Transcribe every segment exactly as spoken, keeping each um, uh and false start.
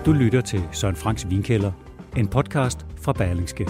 Du lytter til Søren Franks Vinkælder, en podcast fra Berlingske.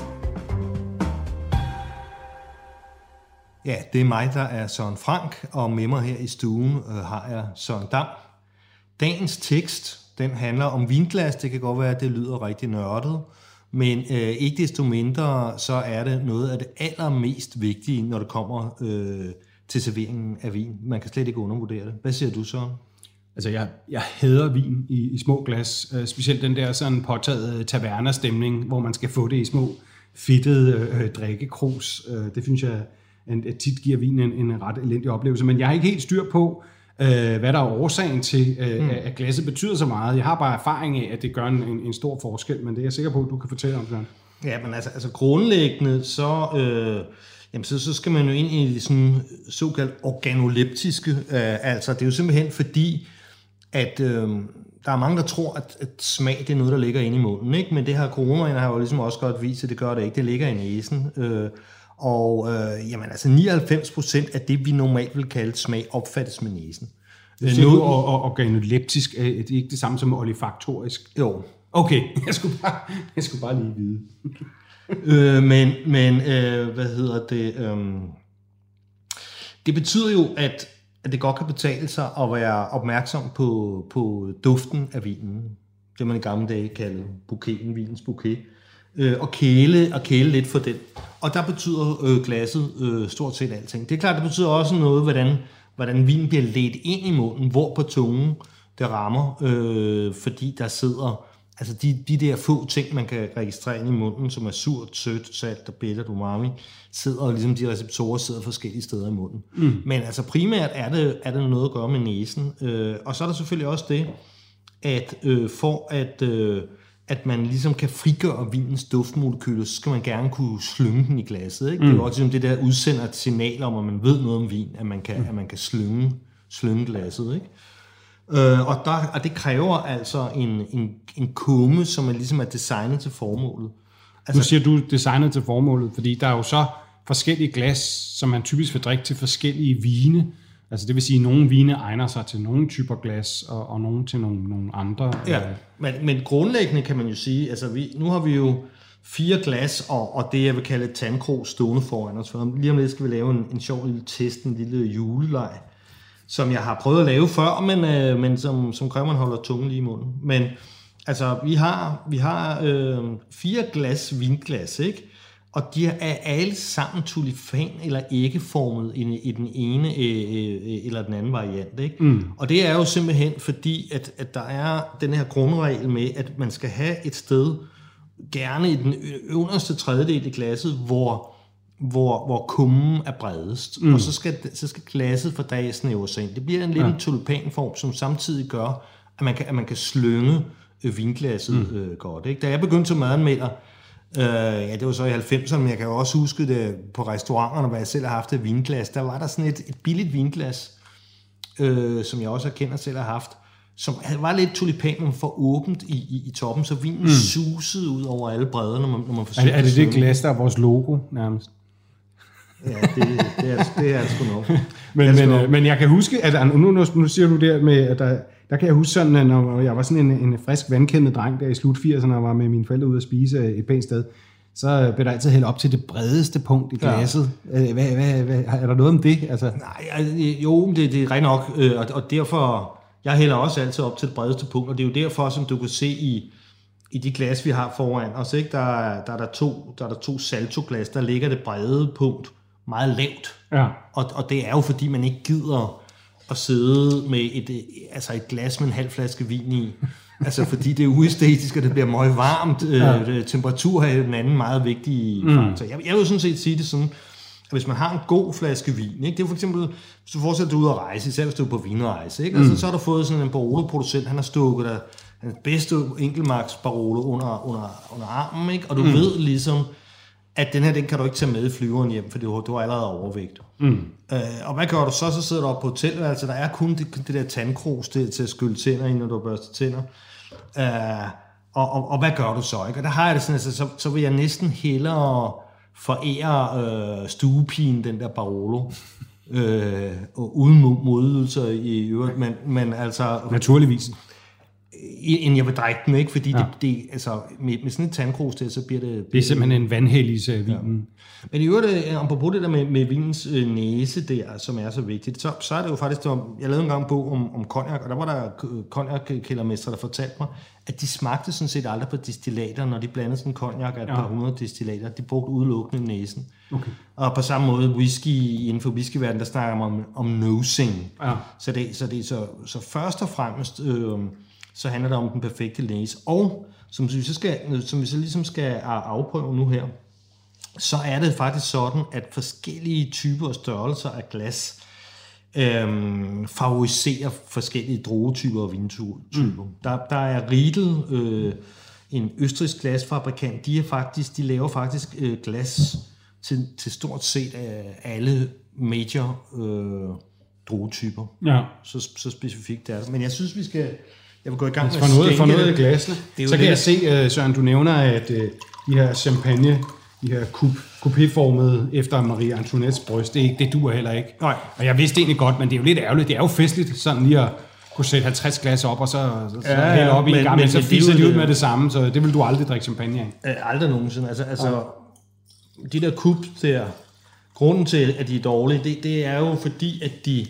Ja, det er mig, der er Søren Frank, og med mig her i stuen øh, har jeg Søren Dam. Dagens tekst, den handler om vinglas. Det kan godt være, at det lyder rigtig nørdet, men øh, ikke desto mindre, så er det noget af det allermest vigtige, når det kommer øh, til serveringen af vin. Man kan slet ikke undervurdere det. Hvad siger du, Søren? Altså, jeg, jeg hader vin i, i små glas, øh, specielt den der sådan påtaget tavernerstemning, hvor man skal få det i små fedtede øh, drikkekrus. Øh, det synes jeg en, tit giver vin en, en ret elendig oplevelse, men jeg har ikke helt styr på, øh, hvad der er årsagen til, øh, mm. at glasset betyder så meget. Jeg har bare erfaring af, at det gør en, en, en stor forskel, men det er jeg sikker på, at du kan fortælle om, Søren. Ja, men altså, altså grundlæggende, så... Øh Jamen, så, så skal man jo ind i sådan såkaldt organoleptiske, øh, altså det er jo simpelthen fordi, at øh, der er mange, der tror, at, at smag det er noget, der ligger inde i munden, ikke? Men det her coronaen har jo ligesom også godt vist, at det gør det ikke, det ligger i næsen. Øh, og øh, jamen, altså nioghalvfems procent af det, vi normalt vil kalde smag, opfattes med næsen. Så noget og, og organoleptisk er det ikke det samme som olfaktorisk? Jo. Okay, jeg skulle bare, jeg skulle bare lige vide. øh, men men øh, hvad hedder det? Øh, det betyder jo, at, at det godt kan betale sig at være opmærksom på, på duften af vinen. Det man i gamle dage kaldte bouqueten, vinens bouquet. Øh, og, kæle, og kæle lidt for den. Og der betyder øh, glasset øh, stort set alting. Det er klart, det betyder også noget, hvordan, hvordan vinen bliver ledt ind i munden, hvor på tungen det rammer, øh, fordi der sidder... Altså de, de der få ting, man kan registrere ind i munden, som er surt, sødt, salt og bittert, umami, sidder og ligesom de receptorer sidder forskellige steder i munden. Mm. Men altså primært er det, er det noget at gøre med næsen. Øh, og så er der selvfølgelig også det, at øh, for at, øh, at man ligesom kan frigøre vinens duftmolekyler, så skal man gerne kunne slynge den i glasset. Ikke? Mm. Det er jo også ligesom det der udsender et signal om, at man ved noget om vin, at man kan, mm. at man kan slynge, slynge glasset, ikke? Øh, og, der, og det kræver altså en, en, en kumme, som er ligesom er designet til formålet. Altså, nu siger du designet til formålet, fordi der er jo så forskellige glas, som man typisk vil drikke til forskellige vine. Altså det vil sige, at nogle vine egner sig til nogle typer glas, og, og nogle til nogle, nogle andre. Ja, men, men grundlæggende kan man jo sige, altså vi, nu har vi jo fire glas, og, og det jeg vil kalde et tandkrog stående foran os. For lige om lidt skal vi lave en, en sjov lille test, en lille juleleg, som jeg har prøvet at lave før, men, øh, men som, som kræver, man holder tungen lige i munden. Men altså, vi har, vi har øh, fire glas vinglas, ikke? Og de er alle sammen tulifan eller æggeformet i, i den ene øh, eller den anden variant, ikke? Mm. Og det er jo simpelthen fordi, at, at der er den her grundregel med, at man skal have et sted, gerne i den øverste tredjedel i glasset, hvor hvor, hvor kummen er bredest, mm. og så skal, så skal glasset fordreje snævre sig ind. Det bliver en lidt ja. en tulipanform, som samtidig gør, at man kan, at man kan slynge øh, vinglasset mm. øh, godt. Ikke? Da jeg begyndte som madanmelder, øh, ja, det var så i halvfemserne, men jeg kan jo også huske det på restauranterne, hvor jeg selv har haft et vinglas, der var der sådan et, et billigt vinglas, øh, som jeg også erkender selv har haft, som var lidt tulipan, men for åbent i, i, i toppen, så vinen mm. susede ud over alle bredder, når man, når man forsøgte. Er, er det det glas, der er vores logo nærmest? Ja, det, det, er, det er sgu nok. men, men, nok. men jeg kan huske, at nu, nu, nu siger du der med, at der, der kan jeg huske sådan, at når jeg var sådan en, en frisk vandkendet dreng der i slut firserne, og var med mine forældre ude at spise et pænt sted, så blev der altid hældt op til det bredeste punkt i glasset. Ja. Hvad, hvad, hvad, er der noget om det? Altså? Nej, jo, det, det er rigtig nok, og, og derfor, jeg hælder også altid op til det bredeste punkt, og det er jo derfor, som du kan se i, i de glas, vi har foran os, ikke? Der, der, er der, to, der er der to saltoglas, der ligger det brede punkt meget lavt. Ja. Og, og det er jo fordi, man ikke gider at sidde med et, altså et glas med en halv flaske vin i. Altså fordi det er uæstetisk, og det bliver meget varmt. Ja. Øh, temperatur er den anden meget vigtige faktor. Mm. Jeg, jeg vil sådan set sige det sådan, at hvis man har en god flaske vin, ikke? Det er for eksempel, hvis du fortsætter ud at rejse, især hvis du er på vinrejse, ikke? Altså, mm. så har du fået sådan en Barolo-producent, han har stukket der den bedste enkeltmarks Barolo under, under, under armen, ikke? Og du mm. ved ligesom, at den her, den kan du ikke tage med i flyveren hjem, for du, du har allerede overvægt. Mm. Øh, og hvad gør du så? Så sidder du oppe på hotelværelset, der er kun det, det der tandkrus til, til at skylle tænder i, når du har børstet tænder. Øh, og, og, og hvad gør du så? Ikke? Og der har jeg det sådan, altså, så, så vil jeg næsten hellere forære øh, stuepigen, den der Barolo, øh, og uden modydelser i øvrigt, men, men altså... Naturligvis. end jeg vil drikke den, ikke? Fordi ja. det, det, altså, med, med sådan et tandkrus der, så bliver det... Det er simpelthen en vandhelligelse af vinen. Ja. Men i øvrigt, apropos det der med, med vinens øh, næse der, som er så vigtigt, så, så er det jo faktisk, det var, jeg lavede en gang en bog om, om cognac, og der var der cognac-kældermestre, der fortalte mig, at de smagte sådan set aldrig på distillater, når de blandede sådan en cognac af et ja. par hundrede distillater. De brugte udelukkende næsen. Okay. Og på samme måde, whisky, inden for whiskyverdenen, der snakker man om, om nosing. Ja. Så, det, så, det, så, så først og fremmest, øh, så handler det om den perfekte næse. Og som vi så, skal, som vi så ligesom skal afprøve nu her, så er det faktisk sådan, at forskellige typer og størrelser af glas øhm, favoriserer forskellige druetyper og vintyper. Mm. Der, der er Riedel, øh, en østrigsk glasfabrikant, de, er faktisk, de laver faktisk øh, glas til, til stort set af alle major øh, druetyper. Ja. Så, så specifikt er det. Men jeg synes, vi skal... Jeg vil gå i gang med at skænke for noget af glasene. Så kan det. Jeg se, Søren, du nævner, at øh, de her champagne, de her coupéformede efter Marie Antoinettes bryst, det, det duer heller ikke. Nej. Og jeg vidste egentlig godt, men det er jo lidt ærgerligt. Det er jo festligt, sådan lige at kunne sætte halvtreds glas op, og så, så, så ja, hælde op i en gang, men så fiser de ud med det samme, så det vil du aldrig drikke champagne af. Øh, aldrig nogensinde. Altså, altså de der coupe der, grunden til, at de er dårlige, det, det er jo fordi, at de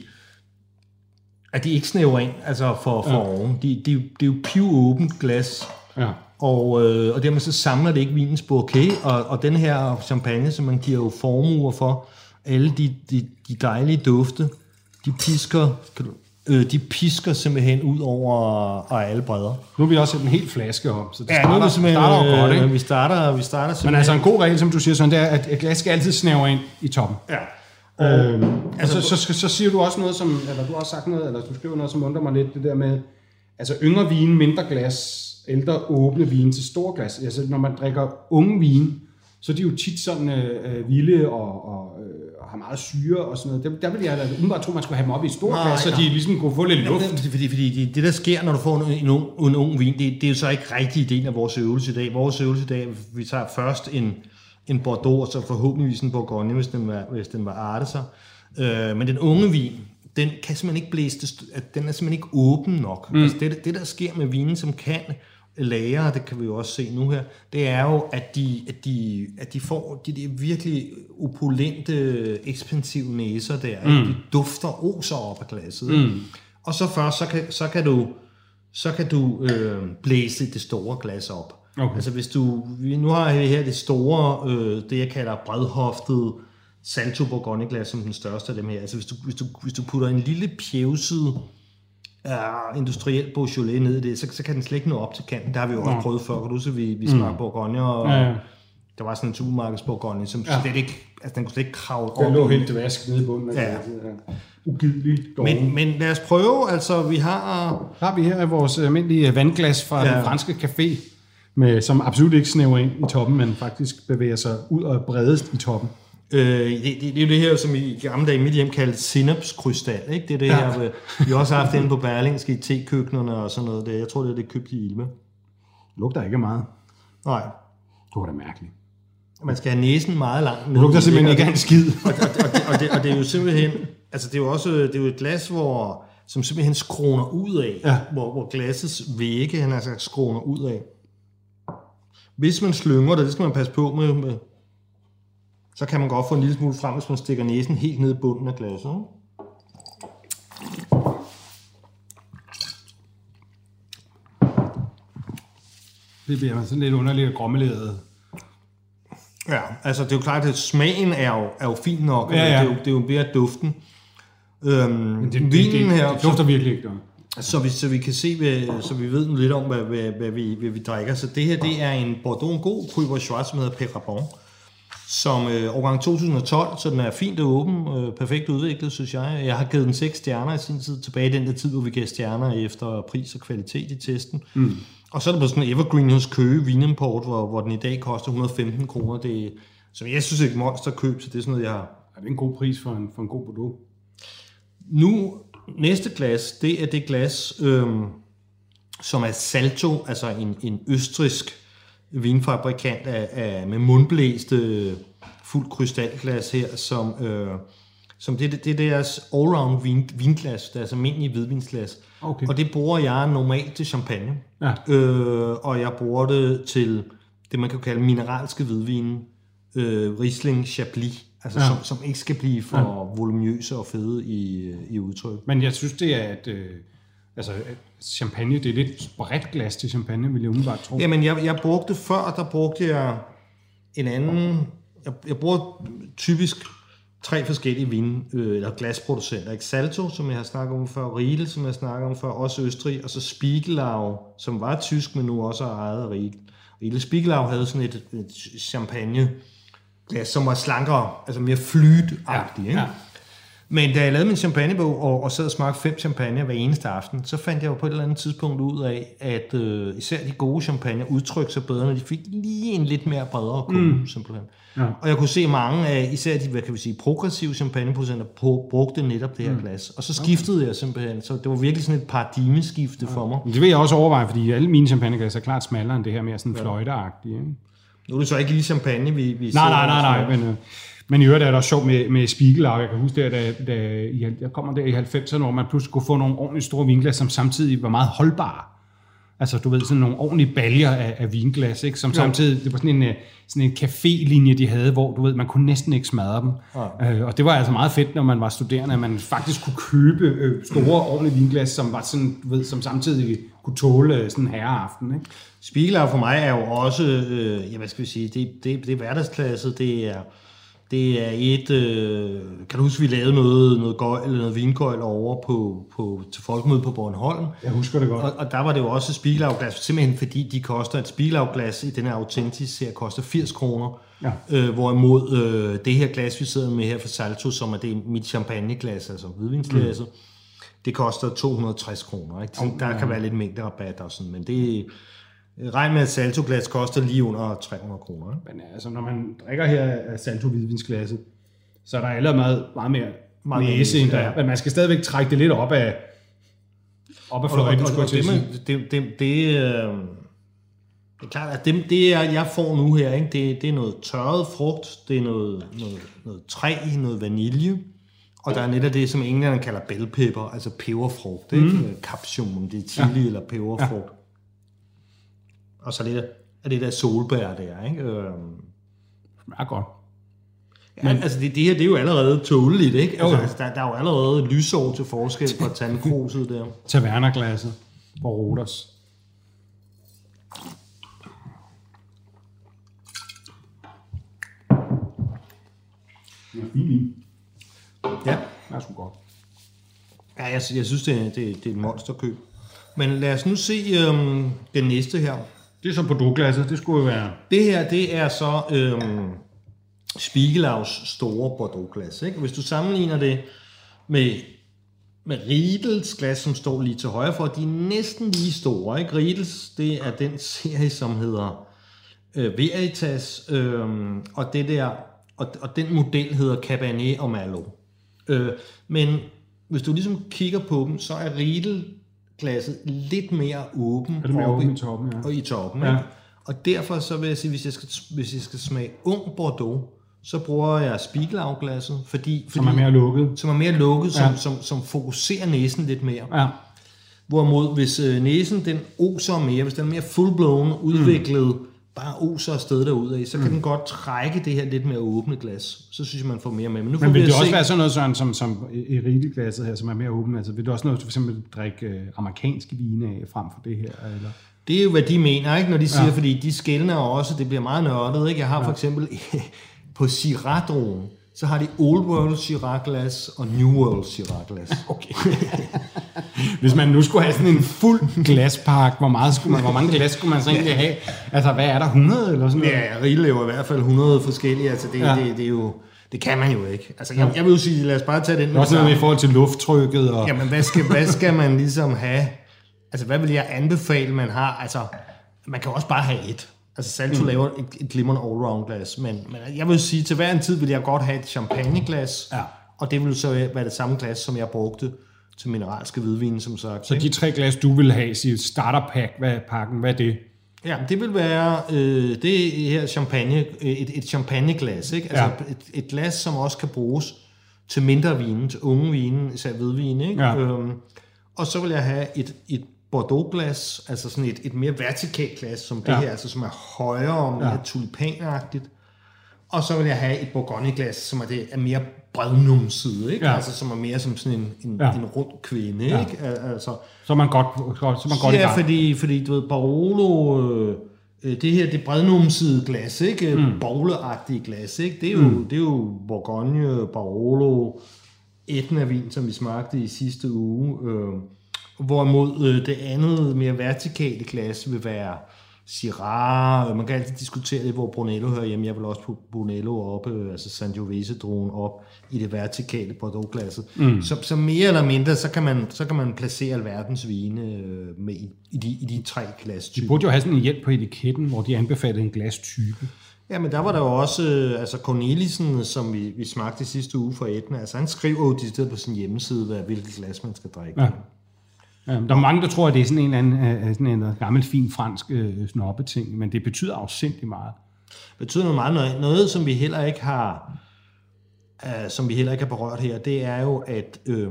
at de ikke snæver ind, altså for, for ja. oven. De, de, det er jo pivåbent glas, ja. og, øh, og dermed så samler det ikke vinens bouquet, og, og den her champagne, som man giver jo formuer for, alle de, de, de dejlige dufte, de pisker, øh, de pisker simpelthen ud over alle bredder. Nu har vi også en helt flaske op, så det ja, starter, starter jo godt, ikke? Vi starter, vi starter simpelthen. Men altså en god regel, som du siger, sådan, det er, at glas skal altid snævre ind i toppen. Ja. Øhm, altså, så, så, så siger du også noget som, eller du har også sagt noget, eller du skriver noget, som undrer mig lidt, det der med, altså yngre vin, mindre glas, ældre åbne vin til store glas. Altså når man drikker unge vin, så er de jo tit sådan øh, vilde og, og, øh, og har meget syre og sådan noget. Der, der vil jeg da umiddelbart tro, man skulle have dem op i et stort glas, så de ligesom kunne få lidt luft. Ja, fordi, fordi det, det der sker, når du får en, en, ung, en ung vin, det, det er jo så ikke rigtig ideen af vores øvelse i dag. Vores øvelse i dag, vi tager først en en Bordeaux, og så forhåbentligvis en Bourgogne, hvis den var, hvis den var arteser. Øh, men den unge vin, den kan simpelthen ikke blæse, den er simpelthen ikke åben nok. Mm. Altså det, det, der sker med vinen, som kan lagre, det kan vi jo også se nu her, det er jo, at de, at de, at de får de, de virkelig opulente, ekspansive næser der. Mm. De dufter oser op af glasset. Mm. Og så først, så kan, så kan du, så kan du øh, blæse det store glas op. Okay. Altså hvis du, nu har jeg her det store, øh, det jeg kalder bredhoftede Salto Bourgogne-glas som den største af dem her. Altså hvis du, hvis du, hvis du putter en lille pjevset uh, industriel Beaujolais ned i det, så, så kan den slet ikke nå op til kanten. Der har vi jo også ja. prøvet før, kan du se, vi, vi smagte mm. Bourgogne, og ja, ja. der var sådan en supermarkeds Bourgogne, som ja. slet ikke, altså den kunne slet ikke kravle op. Den lå helt vask nede i bunden. Ja. Ugideligt dårligt. Men, men lad os prøve, altså vi har... Har vi her vores almindelige vandglas fra ja. den franske café, med, som absolut ikke snæver ind i toppen, men faktisk bevæger sig ud og bredest i toppen. Øh, det, det, det er jo det her, som i gamle dage i mit hjem kaldte sinapskrystal, ikke? Det er det ja. her, vi har også haft inde på Berlingske i tekøkkenerne og sådan noget. Jeg tror, det er det købt i Ilme. Lugter ikke meget. Nej. Det var da mærkeligt. Man skal have næsen meget langt ned. Det lugter simpelthen ikke af en skid. og, og, og, det, og, det, og det er jo simpelthen, altså det er jo også, det er jo et glas, hvor, som simpelthen skroner ud af, ja. hvor, hvor glassets vægge, han altså skroner ud af. Hvis man slynger det, det skal man passe på med, med, så kan man godt få en lille smule frem, hvis man stikker næsen helt ned i bunden af glasset. Det bliver sådan lidt underligt og grommeleret. Ja, altså det er jo klart, at smagen er jo, er jo fin nok, ja, ja. Det, er jo, det er jo mere duften. Øhm, Men det, vinen det, det, her, det dufter virkelig ikke, dog. Så vi, så vi kan se, hvad, så vi ved lidt om, hvad, hvad, hvad, vi, hvad vi drikker. Så det her, det er en Bordeaux, en god Cru Bourgeois, som hedder Perrabon, som øh, årgang to tusind og tolv, så den er fint og åben, øh, perfekt udviklet, synes jeg. Jeg har givet den seks stjerner i sin tid, tilbage i den der tid, hvor vi gav stjerner efter pris og kvalitet i testen. Mm. Og så er der på sådan en Evergreen hos Køge Vinimport, hvor, hvor den i dag koster et hundrede og femten kroner. Det, som jeg synes er et monsterkøb, så det er sådan noget, jeg har... Er det en god pris for en, for en god Bordeaux? Nu, næste glas, det er det glas, øhm, som er Salto, altså en, en østrigsk vinfabrikant af, af, med mundblæste fuld krystalglas her, som øh, som det, det er deres allround vin, vinglas, deres almindelige hvidvinsglas. Okay. Og det bruger jeg normalt til champagne. Ja. Øh, og jeg bruger det til det, man kan kalde mineralske hvidvine. Øh, Riesling, Chablis. Altså, ja. som, som ikke skal blive for ja. voluminøse og fede i, i udtryk. Men jeg synes, det er, at, øh, altså, at champagne, det er lidt bredt glas til champagne, vil jeg umiddelbart tro. Jamen, jeg, jeg brugte før, der brugte jeg en anden... Jeg, jeg bruger typisk tre forskellige vin, øh, eller glasproducenter. Salto, som jeg har snakket om før, Riedel, som jeg har snakket om før, også Østrig, og så Spiegelau, som var tysk, men nu også er ejet af Riedel. Riedel Spiegelau havde sådan et, et champagne glas, som var slankere, altså mere flytagtigt. Ja, ja. Men da jeg lavede min champagnebog, og, og sad og smagte fem champagne hver eneste aften, så fandt jeg jo på et eller andet tidspunkt ud af, at øh, især de gode champagne udtrykte sig bedre, når de fik lige en lidt mere bredere kugle, mm. simpelthen. Ja. Og jeg kunne se mange af, især de, hvad kan vi sige, progressive champagneproducenter, brugte netop det her mm. glas. Og så skiftede okay. jeg simpelthen, så det var virkelig sådan et paradigmeskifte ja. for mig. Det vil jeg også overveje, fordi alle mine champagneglas er klart smallere end det her mere sådan ja. fløjteagtige, ikke? Nu er det så ikke lige champagne, vi, vi nej, nej, nej, nej, men, øh, men i øvrigt er det også sjovt med, med Spiegelau. Jeg kan huske, der, da, da jeg kommer der i halvfemserne, hvor man pludselig kunne få nogle ordentligt store vinglas, som samtidig var meget holdbare. Altså, du ved, sådan nogle ordentlige baljer af, af vinglas, ikke? Som jo. samtidig, det var sådan en, sådan en café-linje, de havde, hvor, du ved, man kunne næsten ikke smadre dem. Ja. Øh, og det var altså meget fedt, når man var studerende, at man faktisk kunne købe øh, store, ordentlige vinglas, som var sådan, du ved, som samtidig kunne tåle sådan en herreaften, ikke? Spiegelau for mig er jo også, øh, ja, hvad skal vi sige, det, det, det er hverdagsklasse, det er, det er et, øh, kan du huske, vi lavede noget, noget gøjl, eller noget vingøjl over på, på, til folkemødet på Bornholm? Jeg husker det godt. Og, og der var det jo også Spiegelau-glas, simpelthen fordi de koster, et Spiegelau-glas i den her autentisk serie koster firs kroner, ja. øh, hvorimod øh, det her glas, vi sidder med her fra Salto, som er det mit champagneglas, altså hvidvinsglasset, mm. det koster to hundrede og tres kroner, ikke? Oh, der ja. kan være lidt mængderabat og sådan, men det regn med, at Salto-glas koster lige under tre hundrede kroner. Ikke? Men altså, når man drikker her af Salto-hvidvinsglasset, så er der allerede meget, meget mere meget næse, end der er. Men man skal stadigvæk trække det lidt op af, op af fløjten, skulle jeg til at sige. Det, det, det, det, øh, det er klart, at det, det jeg får nu her, ikke? Det, det er noget tørret frugt, det er noget, noget, noget træ, noget vanilje, og der er netop det, som englænderne kalder bælpepper, altså peberfrugt, ikke? Mm. Capsicum, om det er chili ja. eller peberfrugt. Ja. Og så lidt af det der solbær der, ikke? Øhm. Smager godt. Ja, men altså det, det her, det er jo allerede tåleligt, ikke? Altså, okay. der, der er jo allerede lysår til forskel på tandkroset der. Tavernerglasset på Roters. Det er fint. Ja. Det er sgu godt. Ja, jeg, jeg synes, det er, det, det er et monsterkøb. Men lad os nu se øhm, den næste her. Det er så Bordeaux-glasset, det skulle jo være... Det her, det er så øhm, Spiegelau's store Bordeaux-glas, ikke? Hvis du sammenligner det med, med Riedels glas, som står lige til højre for, de er næsten lige store, ikke? Riedels, det er den serie, som hedder øh, Veritas, øh, og, det der, og, og den model hedder Cabernet og Merlot. Øh, men hvis du ligesom kigger på dem, så er Riedel glasset lidt mere åben, er det mere åben i, i toppen, ja. Og i toppen, ja. Og derfor så vil jeg sige, hvis jeg skal, hvis jeg skal smage ung Bordeaux, så bruger jeg Spiegelau-glasset, fordi, fordi som er mere lukket, som er mere lukket, ja. som, som, som fokuserer næsen lidt mere. Ja. Hvorimod hvis øh, næsen den oser mere, hvis den er mere full-blown, udviklet, mm. bare oser afsted derudad, så kan mm. den godt trække det her lidt mere åbne glas. Så synes jeg, man får mere med. Men, nu får Men vil vi det se... også være sådan noget sådan, som, som i Riedel-glasset her, som er mere åbent? Altså vil det også noget, du for eksempel drikke øh, amerikanske vine af frem for det her? Eller? Det er jo, hvad de mener, ikke, når de siger, ja. fordi de skældner også, det bliver meget nørdet. Ikke? Jeg har ja. for eksempel på Syrah-drogen, så har de Old World Syrah-glas og New World Syrah-glas. Okay. Hvis man nu skulle have sådan en fuld glaspark, hvor, meget skulle man, hvor mange glas skulle man så egentlig have? Altså, hvad er der, hundrede eller sådan noget? Ja, Riedel er jo i hvert fald hundrede forskellige. Altså, det, ja. det, det er jo... Det kan man jo ikke. Altså, jeg, jeg vil jo sige, lad os bare tage den. Også noget i forhold til lufttrykket. Og... Jamen, hvad skal, hvad skal man ligesom have? Altså, hvad vil jeg anbefale, man har? Altså, man kan også bare have et. Altså, Salto mm. laver et, et glimrende all-round-glas. Men, men jeg vil sige, til hver en tid vil jeg godt have et champagneglas. Ja. Og det vil så være det samme glas, som jeg brugte til mineralske hvidvin, som sagt. Så de tre glas, du vil have, siger starterpack, hvad er pakken? Hvad er det? Ja, det vil være øh, det her champagne, et, et champagneglas, ikke? Altså ja. et, et glas, som også kan bruges til mindre vine, til unge vine, især hvidvine, ikke? Ja. Øhm, og så vil jeg have et, et Bordeaux-glas, altså sådan et, et mere vertikalt glas, som det ja. her, altså som er højere, mere ja. tulipanagtigt. Og så vil jeg have et Bourgogne-glas, som er, det, er mere brednumset, ikke? Ja. Altså som er mere som sådan en, en, ja. en rund kvinde, ja. ikke? Altså, så er man godt, så er man godt ja, i gang. fordi, fordi du ved, Barolo, øh, det her, det brednumsede glas, ikke? Mm. Bowleagtige glas, ikke? Det er jo, mm. det er jo Bourgogne, Barolo, Etna-vin, som vi smagte i sidste uge. Øh, hvorimod øh, det andet, mere vertikale glas vil være Syrah. Man kan altid diskutere det, hvor Brunello hører hjemme. Jeg vil også putte Brunello op, øh, altså Sangiovese-druen op i det vertikale Bordeaux-glasset. Mm. Så, så mere eller mindre, så kan man, så kan man placere alverdens vine øh, med i, i, de, i de tre glastyper. De burde jo have sådan en hjælp på etiketten, hvor de anbefalede en glastype. Ja, men der var der jo også, øh, altså Cornelissen, som vi, vi smagte sidste uge fra Etna, altså han skriver jo decideret på sin hjemmeside, hvad, hvilket glas man skal drikke. Ja. Ja, der er mange, der tror, at det er sådan en, anden, sådan en gammel, fin fransk øh, snobbeting, men det betyder afsindigt meget. Det betyder noget meget. Noget, noget som vi heller ikke har, øh, som vi heller ikke har berørt her, det er jo, at øh,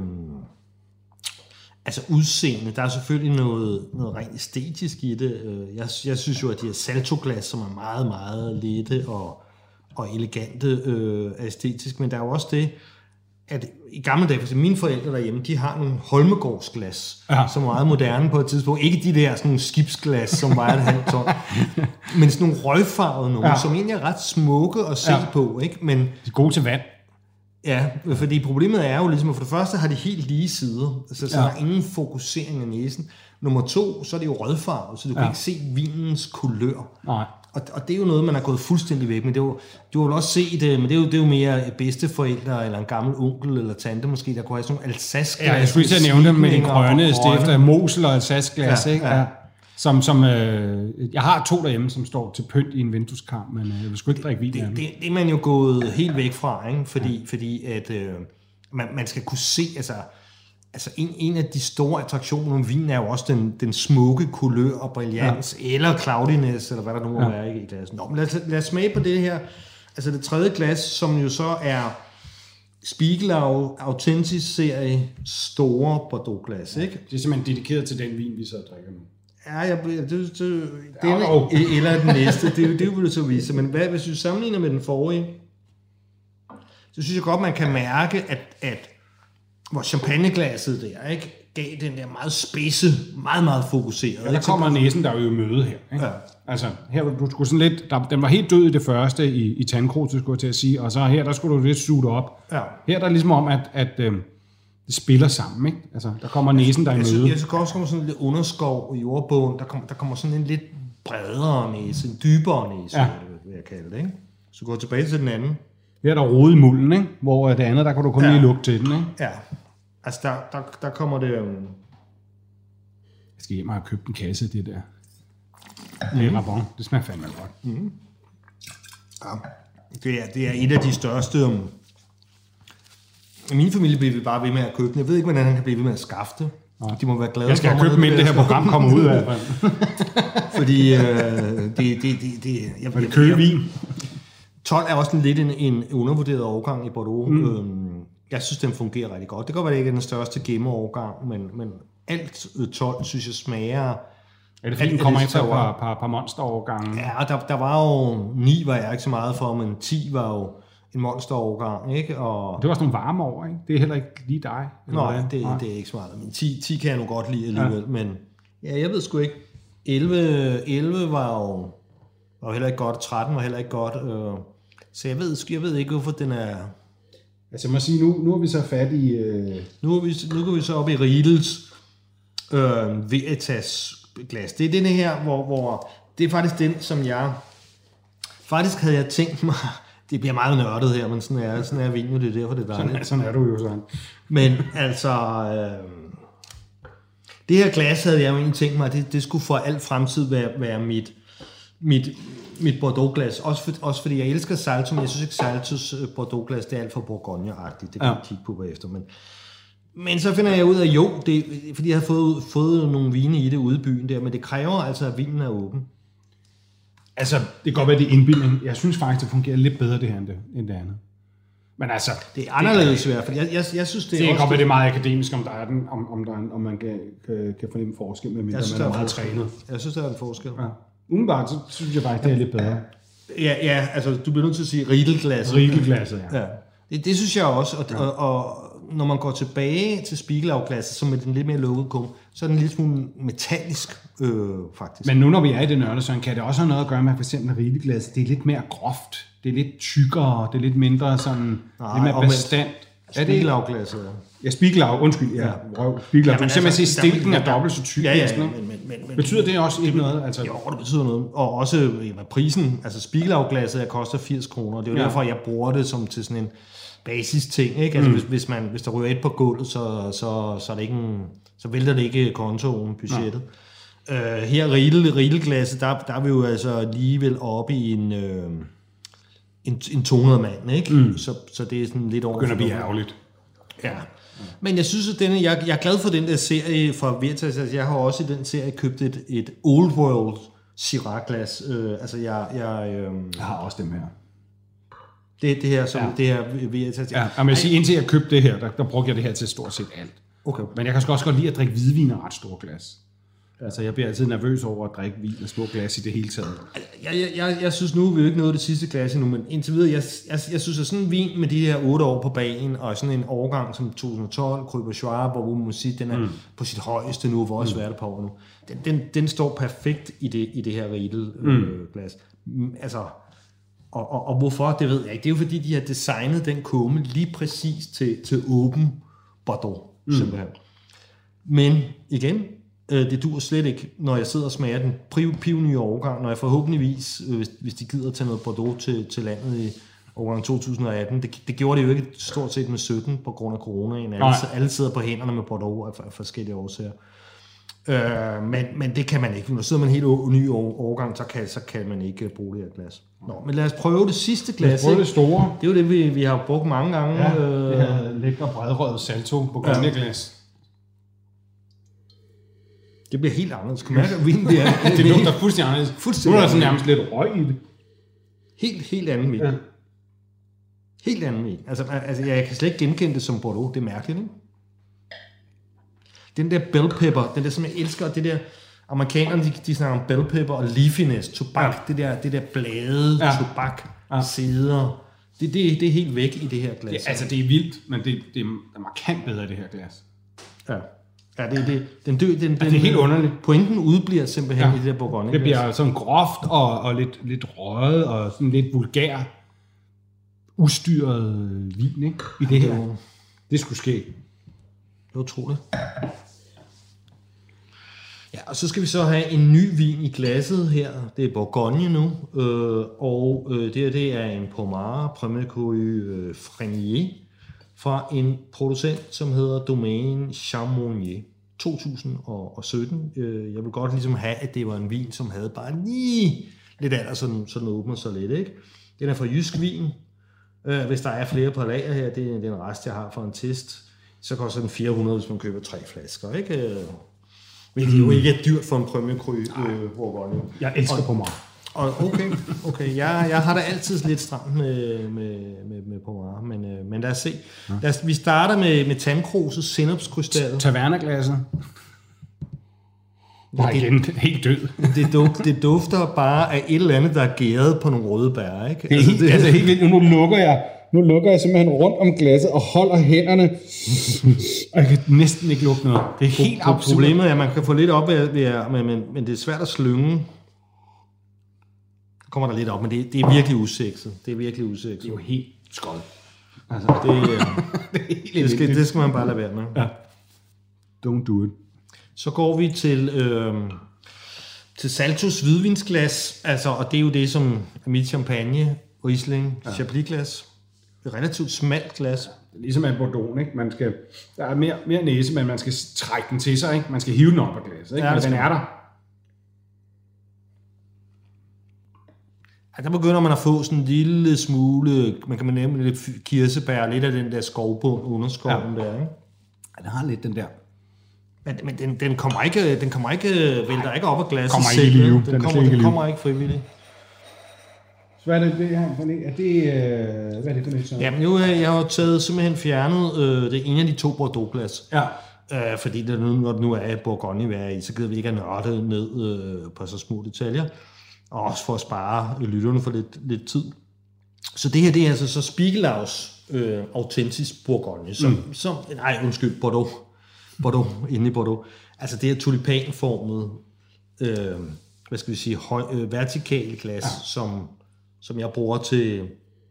altså udseende, der er selvfølgelig noget, noget rent æstetisk i det. Jeg, jeg synes jo, at de her saltoglas, som er meget, meget lette og, og elegante øh, æstetisk, men der er jo også det, at i gamle dage, for mine forældre derhjemme, de har nogle Holmegårdsglas, ja. som er meget moderne på et tidspunkt. Ikke de der sådan skibsglas, som vejer et halvt ton, men sådan nogle røgfarvede nogle, ja. som egentlig er ret smukke at se ja. på. Ikke? Men, de er gode til vand. Ja, fordi problemet er jo ligesom, at for det første har de helt lige sider, så, så ja. der er ingen fokusering af næsen. Nummer to, så er det jo rødfarvet, så du ja. kan ikke se vinens kulør. Nej. Og, og det er jo noget, man er gået fuldstændig væk. Men det er jo, du har jo også set det, men det er jo, det er jo mere bedsteforældre, eller en gammel onkel eller tante måske, der kunne have sådan nogle Alsace-glas. Ja, jeg skulle ikke nævne dem med den grønne stifter af Mosel og Alsace-glas, ja, ikke? Ja. Ja. Som, som, øh, jeg har to derhjemme, som står til pynt i en vindueskarm, men øh, jeg vil sgu ikke drikke vin det, det, det er man jo gået helt væk fra, ikke? Fordi, ja. fordi at, øh, man, man skal kunne se, altså, altså en, en af de store attraktioner med vin er jo også den, den smukke kulør og brillans, ja. eller cloudiness, eller hvad der nu må ja. være i glasen. Nå, men lad, lad os smage på det her. Altså det tredje glas, som jo så er Spiegelau Authentis-serie store Bordeaux-glas, ikke? Det er simpelthen dedikeret til den vin, vi så drikker nu. Ja, jeg, det, det, det, denne, oh. eller den næste, det, det vil du så vise. Men hvad, hvis du sammenligner med den forrige, så synes jeg godt, man kan mærke, at, at hvor champagneglasset der, ikke, gav den der meget spidse, meget, meget fokuseret. Ja, der kommer næsen, der er jo i møde her. Ikke? Ja. Altså, her du skulle sådan lidt, der, den var helt død i det første, i, i tandkroset, skulle jeg til at sige, og så her, der skulle du lidt suge op. Ja. Her er der ligesom om, at, at øh, det spiller sammen, ikke? Altså, der kommer næsen, der er i møde. Jeg synes også, kommer sådan lidt underskov i jordbogen, der kommer, der kommer sådan en lidt bredere næse, en dybere næse, ja. vil jeg kalde det, ikke? Så går tilbage til den anden. Her er der rode i mulden, ikke? Hvor det andet, der kan du kun ja. lige lugte til den, ikke? Ja, altså der, der, der kommer det... Um... Jeg skal hjem og have købt en kasse af det der. Mm. Det er Rabon. Det smager fandme godt. Mm. Ja, det er, det er et af de største... Um... I min familie bliver vi bare ved med at købe den. Jeg ved ikke, hvordan han kan blive ved med at skaffe det. Nej. De må være glade. Jeg skal have købt dem, inden det her program kommer ud af. Fordi øh, det... det, det, det jeg, jeg, købe vin. tolv er også lidt en, en undervurderet årgang i Bordeaux. Mm. Øhm, jeg synes, den fungerer rigtig godt. Det kan godt være, det ikke er den største gemmerårgang, men, men alt tolv, synes jeg, smager... Er det fordi, den kommer efter et par, par, par monsterårgange? Ja, der, der var jo... ni var jeg ikke så meget for, men ti var jo en monsterårgang, ikke? Og... Det var sådan nogle varme år, ikke? Det er heller ikke lige dig. Nej, det, Nej. det er ikke smart. Men ti, ti kan jeg nu godt lide alligevel, ja. Men ja, jeg ved sgu ikke. elleve, elleve var jo var heller ikke godt, tretten var heller ikke godt, øh... så jeg ved, jeg ved ikke, hvorfor den er... Altså, jeg må sige, nu, nu er vi så fat i... Øh... Nu, er vi, nu går vi så op i Riedels øh, Veritas-glas. Det er denne her, hvor, hvor... Det er faktisk den, som jeg... Faktisk havde jeg tænkt mig... Det bliver meget nørdet her, men sådan er, sådan er vin jo, det er derfor, det er dejligt. Sådan, sådan er du jo sådan. Men altså... Øh... Det her glas havde jeg jo egentlig tænkt mig, det, det skulle for alt fremtid være, være mit... mit mit Bordeaux-glas, også, for, også fordi jeg elsker Salto, men jeg synes ikke Saltos Bordeaux-glas, det er alt for Bourgogne-agtigt, det kan ja. jeg kigge på bagefter, men, men så finder jeg ud af, jo, det, fordi jeg har fået, fået nogle vine i det ude i byen der, men det kræver altså, at vinen er åben. Altså, det kan godt være, det er indbildning. Jeg synes faktisk, det fungerer lidt bedre det her, end det, end det andet. Men altså... Det er anderledes i hvert fald. Jeg, jeg, jeg synes, det er det også... Det er det er meget akademisk, om der er den, om, om, der er, om man kan, kan, kan fornemme forskel, med mindre man er meget trænet. Jeg synes, der er en forskel. Ja. Umiddelbart, så synes jeg faktisk, det er lidt bedre. Ja, ja, altså du bliver nødt til at sige riedelglasset. Riedelglasset, ja. ja. Det, det synes jeg også, og, ja. og, og når man går tilbage til spiegelavglasset, som er den lidt mere lukkede kum, så er den lidt smule metallisk, øh, faktisk. Men nu når vi er i det nørde, så kan det også have noget at gøre med, for eksempel riedelglasset. Det er lidt mere groft, det er lidt tykkere, det er lidt mindre sådan, Nej, lidt mere bestandt. Spiegelavglasset, ja. Ja, spiegelav, undskyld, ja, røv, spiegelav. Du kan simpelthen altså, se, stilken er dobbelt så tyk. Ja, ja, ja, men, men, men, men, betyder det også ikke noget? Altså? Jo, det betyder noget. Og også jamen, prisen, altså spiegelavglasset koster firs kroner. Det er jo ja. derfor, jeg bruger det som til sådan en basis ting, ikke? Altså, mm. hvis, hvis, man, hvis der ryger et på gulvet, så, så, så, er det ikke en, så vælter det ikke kontoen, budgettet. Uh, her riedel, riedelglasset, der, der er vi jo altså alligevel oppe i en, uh, en, en to hundrede mand, ikke? Mm. Så, så det er sådan lidt over. Det begynder at blive ærgerligt. Ja. Men jeg synes, at denne, jeg, jeg er glad for den der serie fra Veritas. Altså, jeg har også i den serie købt et, et Old World Syrah-glas. Uh, altså, jeg... Jeg, øh, jeg har også dem her. Det, det her, som ja. det her Veritas. Ja, jeg vil sige, indtil jeg købte det her, der, der brugte jeg det her til stort set alt. Okay. Men jeg kan også godt lide at drikke hvidvin af ret store glas. Altså, jeg bliver altid nervøs over at drikke vin af små glas i det hele taget. Jeg, jeg, jeg, jeg synes nu, vi er jo ikke nået det sidste glas endnu, men indtil videre, jeg, jeg, jeg synes, at sådan en vin med de her otte år på bagen, og sådan en årgang som to tusind og tolv, Krøber Schwab, hvor man må sige, den er mm. på sit højeste nu, hvor også mm. svært på over nu. Den, den, den står perfekt i det, i det her Riedel-glas. Mm. Altså, og, og, og hvorfor, det ved jeg ikke. Det er jo fordi, de har designet den kumme lige præcis til, til åben Bordeaux, mm. simpelthen. Men igen, det dur slet ikke, når jeg sidder og smager den pivnye årgang, når jeg forhåbentligvis, hvis, hvis de gider tage noget Bordeaux til, til landet i årgang to tusind og atten, det, det gjorde det jo ikke stort set med sytten på grund af coronaen. Alle, alle sidder på hænderne med Bordeaux af, af forskellige årsager. Øh, men, men det kan man ikke. Når sidder man helt ny årgang, så kan, så kan man ikke bruge det her glas. Nå, men lad os prøve det sidste glas. Lad os prøve det store. Det er jo det, vi, vi har brugt mange gange. Ja, det her lækre bredrøget salto på glas. Det bliver helt anderledes. Kan mærke, at vinen bliver... det lugter fuldstændig anderledes. Fuldstændig nu er der sådan nærmest lidt røg i det. Helt, helt anden vin. Ja. Helt anden vin. Altså, altså, jeg kan slet ikke genkende det som Bordeaux. Det er mærkeligt, ikke? Den der bell pepper, den der, som jeg elsker, det der... Amerikanerne, de, de snakker om bell pepper og leafiness, tobak, ja. det, der, det der blade, ja. tobak, ja. sider. Det, det, det er helt væk i det her glas. Ja, altså, det er vildt, men det, det er markant bedre i det her glas. Ja. Ja, det, det, den dø, den, den, det er helt underligt. Pointen udbliver simpelthen ja. i det der Bourgogne. Det bliver sådan groft og, og lidt, lidt røget og sådan lidt vulgær, ustyret vin, ikke? I det her. Det, det skulle ske. Det er utroligt. Ja, og så skal vi så have en ny vin i glasset her. Det er Bourgogne nu, øh, og øh, det her det er en Pommard Premier Cru øh, Frenier fra en producent, som hedder Domaine Chamonix, to tusind og sytten. Jeg vil godt ligesom have, at det var en vin, som havde bare lige lidt alder, sådan, sådan åbner sig lidt, ikke? Den er fra Jysk Vin. Hvis der er flere på lager her, det er den rest, jeg har for en test, så koster den fire hundrede, hvis man køber tre flasker, ikke? Hvilket jo ikke er dyrt for en Premier Cru Bourgogne. Jeg elsker Pommard. Okay, okay. Jeg, jeg har da altid lidt stramt med, med, med, med Pommard, men, men lad os se. Ja. Lad os, vi starter med, med tandkroset, sennepskrystallet. Taverneglasset. Nej, igen, helt død. Det, duft, det dufter bare af et eller andet, der er gæret på nogle røde bær, ikke? Det er altså, det, altså helt vildt. Nu lukker jeg, nu lukker jeg simpelthen rundt om glasset og holder hænderne, og jeg kan næsten ikke lukke noget. Det er helt Pro- absurd. Problemet er, at man kan få lidt op af, men, men, men det er svært at slynge. Kommer der lidt op, men det, det er virkelig usekset. Det er virkelig usekset. Det er jo helt skold. Altså, det, øh, det, det, skal, det skal man bare lade være med. Ja. Don't do it. Så går vi til, øh, til Saltos hvidvinsglas, altså, og det er jo det, som er mit champagne, Riesling, ja. Chablis-glas. Et relativt smalt glas. Ligesom en Bordeaux, ikke? Man skal, der er mere, mere næse, men man skal trække den til sig, ikke? Man skal hive den op af glasset, ikke? Ja, men den er der. Ja, der begynder man at få sådan en lille smule, man kan nemme lidt kirsebær, lidt af den der skovbund under skoven ja. der, ikke? Ja, den har lidt den der. Men, men den, den kommer ikke, den kommer ikke, vælter ikke op af glasset kommer ikke i live. Den, den, kommer, den kommer ikke frivilligt. Så hvad er det, det her? Er det, øh, hvad er det for noget? Jamen nu har jeg jo taget simpelthen fjernet øh, det ene af de to Bordeaux-glas. Ja. Øh, fordi det nu, når det nu er et Bourgogne, vi er i, så gider vi ikke at nørde ned øh, på så små detaljer. Og også for at spare lytterne for lidt, lidt tid. Så det her, det er altså så Spiegelau øh, autentisk Bourgogne. Som, mm. som, nej, undskyld, Bordeaux. Bordeaux, inde i Bordeaux. Altså det her tulipanformet, øh, hvad skal vi sige, høj, øh, vertikal glas, ja. som, som jeg bruger til...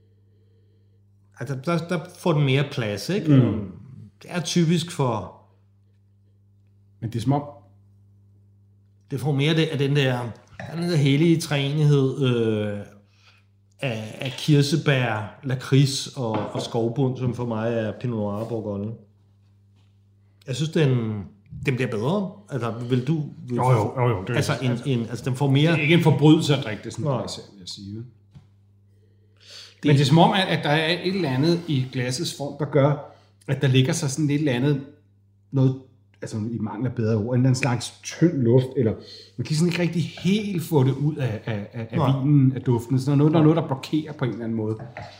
Altså der, der får den mere plads, ikke? Mm. Det er typisk for... Men det er som om... Det får mere af den der, den der hellige træenighed øh, af, af kirsebær, lakrids og, og skovbund, som for mig er Pinot Noir Bourgogne. Jeg synes, den, den bliver bedre. Altså, vil du... Vil jo, jo, jo. jo det altså, en, altså, en, altså, den får mere... Det er ikke en forbrydelse at drikke det sådan, no. Især, vil jeg sige. Det, Men det er som om, at, at der er et eller andet i glassets form, der gør, at der ligger sig sådan et eller andet, noget, altså i mangel af bedre ord, en eller anden slags tynd luft, eller man kan sådan ikke rigtig helt få det ud af, af, af, af no. vinen, af duften. Så der er noget, der er noget, der blokerer på en eller anden måde.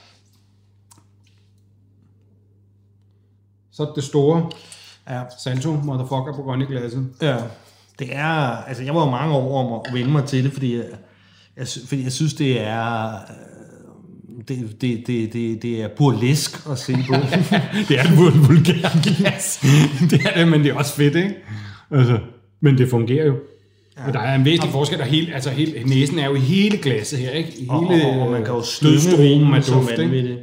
Så det store... Ja. Salto, motherfucker, på grønne glasset. Ja, det er... Altså, jeg var jo mange år om at vende mig til det, fordi jeg, jeg, fordi jeg synes, det er... Det, det, det, det, det er burlesk at se på. Det er et vulgært glas. Det er det, men det er også fedt, ikke? Altså, men det fungerer jo. Ja. Der er en væsentlig forskel, der hele, altså hele, næsen er jo i hele glasset her, ikke? I hele, og, og, og man kan jo stødstrømme med duft, ikke?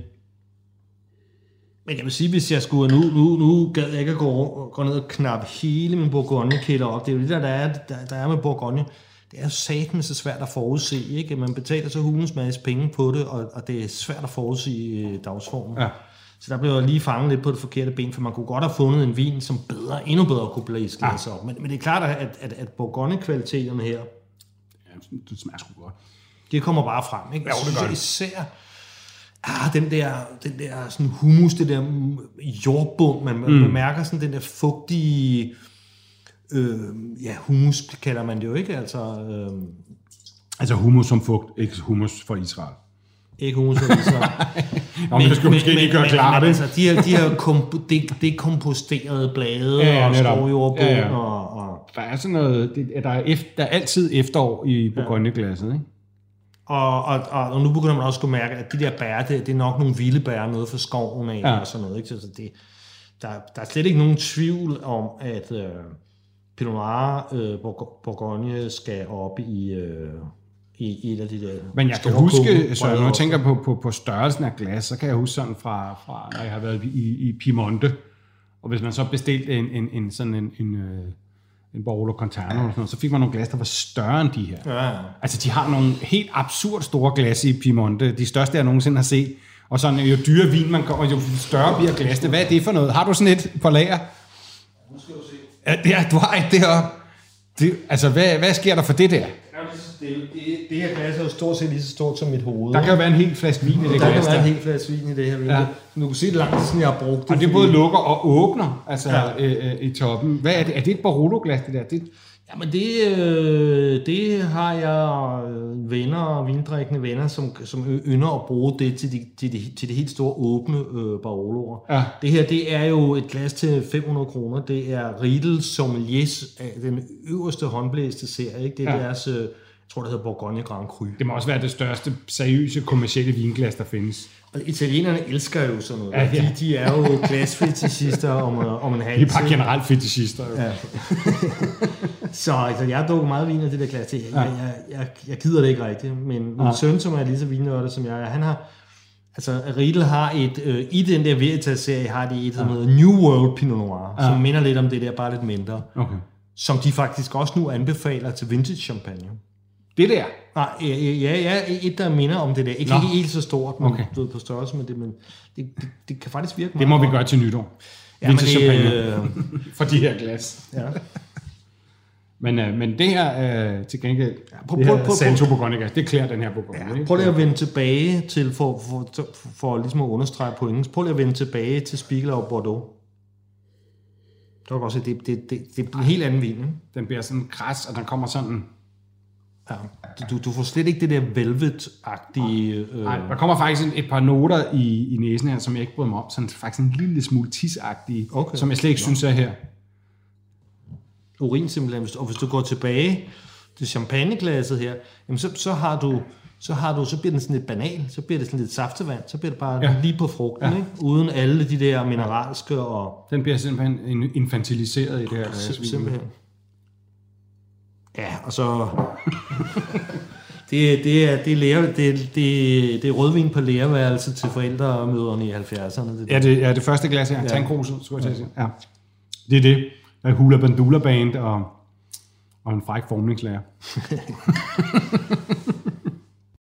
Men jeg vil sige, hvis jeg skulle, nu, nu, nu gad jeg ikke at gå, gå ned og knappe hele min Bourgogne-kætter op. Det er jo det, der er, der, der er med Bourgogne. Det er jo satme så svært at forudse, ikke? Man betaler så hulens masse penge på det, og, og det er svært at forudse dagsformen. Ja. Så der blev jeg lige fanget lidt på det forkerte ben, for man kunne godt have fundet en vin, som bedre, endnu bedre kunne blæse glasset op. Men, men det er klart, at, at, at Bourgogne-kvaliteterne her, ja, det smager sgu godt. Det kommer bare frem, ikke? Ja, det gør det. Især ah, den der, den der sådan humus, det der jordbund, man, mm. man mærker sådan den der fugtige, øh, ja, humus kalder man det jo ikke, altså... Øh, altså humus som fugt, ikke humus for Israel. Ikke humus for Israel. Nå, men det skal måske lige gøre klart, men, altså, de her, de her komp- de, dekomposterede blade ja, ja, og skovjordbund ja, ja. og, og... Der er sådan noget, det, der, er efter, der er altid efterår i Bourgogne-glasset, ikke? Og, og, og, og nu begynder man også at mærke, at de der bær, det, det er nok nogle vilde bær, noget fra skoven af, ja. og sådan noget. Ikke? Så det, der, der er slet ikke nogen tvivl om, at øh, Pinot Noir øh, Bourgogne skal op i, øh, i et af de der... Men jeg kan huske, så når jeg tænker på, på, på størrelsen af glas, så kan jeg huske sådan fra, fra når jeg har været i, i Piemonte, og hvis man så bestilte en, en, en sådan en... en øh, en Barolo Conterno, og sådan noget, så fik man nogle glas, der var større end de her. Ja, ja. Altså, de har nogle helt absurd store glas i Piemonte. De største, jeg nogensinde har set. Og sådan, jo dyre vin man kommer, jo større bliver glasene. Hvad er det for noget? Har du sådan et på lager? Nu skal du se. Ja, det er, du har et deroppe. Det, altså, hvad, hvad sker der for det der? Det, det, det her glas er jo stort set lige så stort som mit hoved. Der kan jo være en hel flaske vin i det der glas. Der kan være en hel flaske vin i det her vin. Ja. Du kan se det langt, sådan jeg har brugt det. Og det både lukker og åbner, altså ja. øh, øh, i toppen. Hvad er det? Er det et Barolo-glas, det der? Det... Jamen det, øh, det har jeg venner, vindrikkende venner, som, som ynder at bruge det til de, til de, til de helt store åbne øh, Baroloer. Ja. Det her, det er jo et glas til fem hundrede kroner. Det er Riedel Sommeliers, den øverste håndblæste serie. Ikke? Det er ja. deres... Øh, jeg tror, det hedder Bourgogne Grand Cru. Det må også være det største, seriøse, kommercielle vinglas, der findes. Og italienerne elsker jo sådan noget. Ja, ja. De, de er jo glasfetishister om, om en halv tid. De er bare generelt fetishister. Jo. Ja. så altså, jeg dukker meget vin af det der glas til. Jeg, ja. jeg, jeg, jeg gider det ikke rigtigt. Men min ja. søn, som er lige så vinnørdet som jeg er, han har... Altså, Riedel har et... Øh, I den der Veritas-serie har de et, som ja. hedder New World Pinot Noir, ja. som minder lidt om det der, bare lidt mindre. Okay. Som de faktisk også nu anbefaler til vintage champagne. Det der? Nej, ja, ja, et der minder om det der. Ikke, ikke helt så stort, men okay. ved på størrelse med det, men det, det, det kan faktisk virke meget. Det må vi gøre til nytår. Ja, men det, øh... for de her glas. Ja. men, øh, men det her øh, til gengæld, ja, på, det her Santo Bourgogne, det klæder den her Bourgogne. Ja, prøv lige at vende tilbage til, for, for, for, for ligesom at understrege pointen, prøv lige at vende tilbage til Spiegelau Bordeaux. Det var også, det, det, det, det bliver en helt anden vin. Ikke? Den bliver sådan græs, og den kommer sådan... Ja, du, du får slet ikke det der velvet-agtige... Øh... Nej, der kommer faktisk et par noter i, i næsen her, som jeg ikke bryder mig om. Sådan faktisk en lille smule tisagtige, okay. som jeg slet ikke Nå. synes er her. Urin simpelthen. Og hvis du går tilbage til champagneglasset her, jamen så, så har du... Så, har du, så bliver den sådan lidt banal, så bliver det sådan lidt saftevand, så bliver det bare ja. lige på frugten, ja. ikke? Uden alle de der mineralske og... Den bliver simpelthen infantiliseret i det her glas. Sim- simpelthen. Ja, og så... det, det, er, det, er lære, det, det, det er rødvin på lærerværelse til forældremøderne i halvfjerdserne. Det ja, det er det første glas her. Ja. Tankkruse, skulle jeg sige. Ja. Det er det. Der er Hula Bandula Band og, og en fræk formningslærer.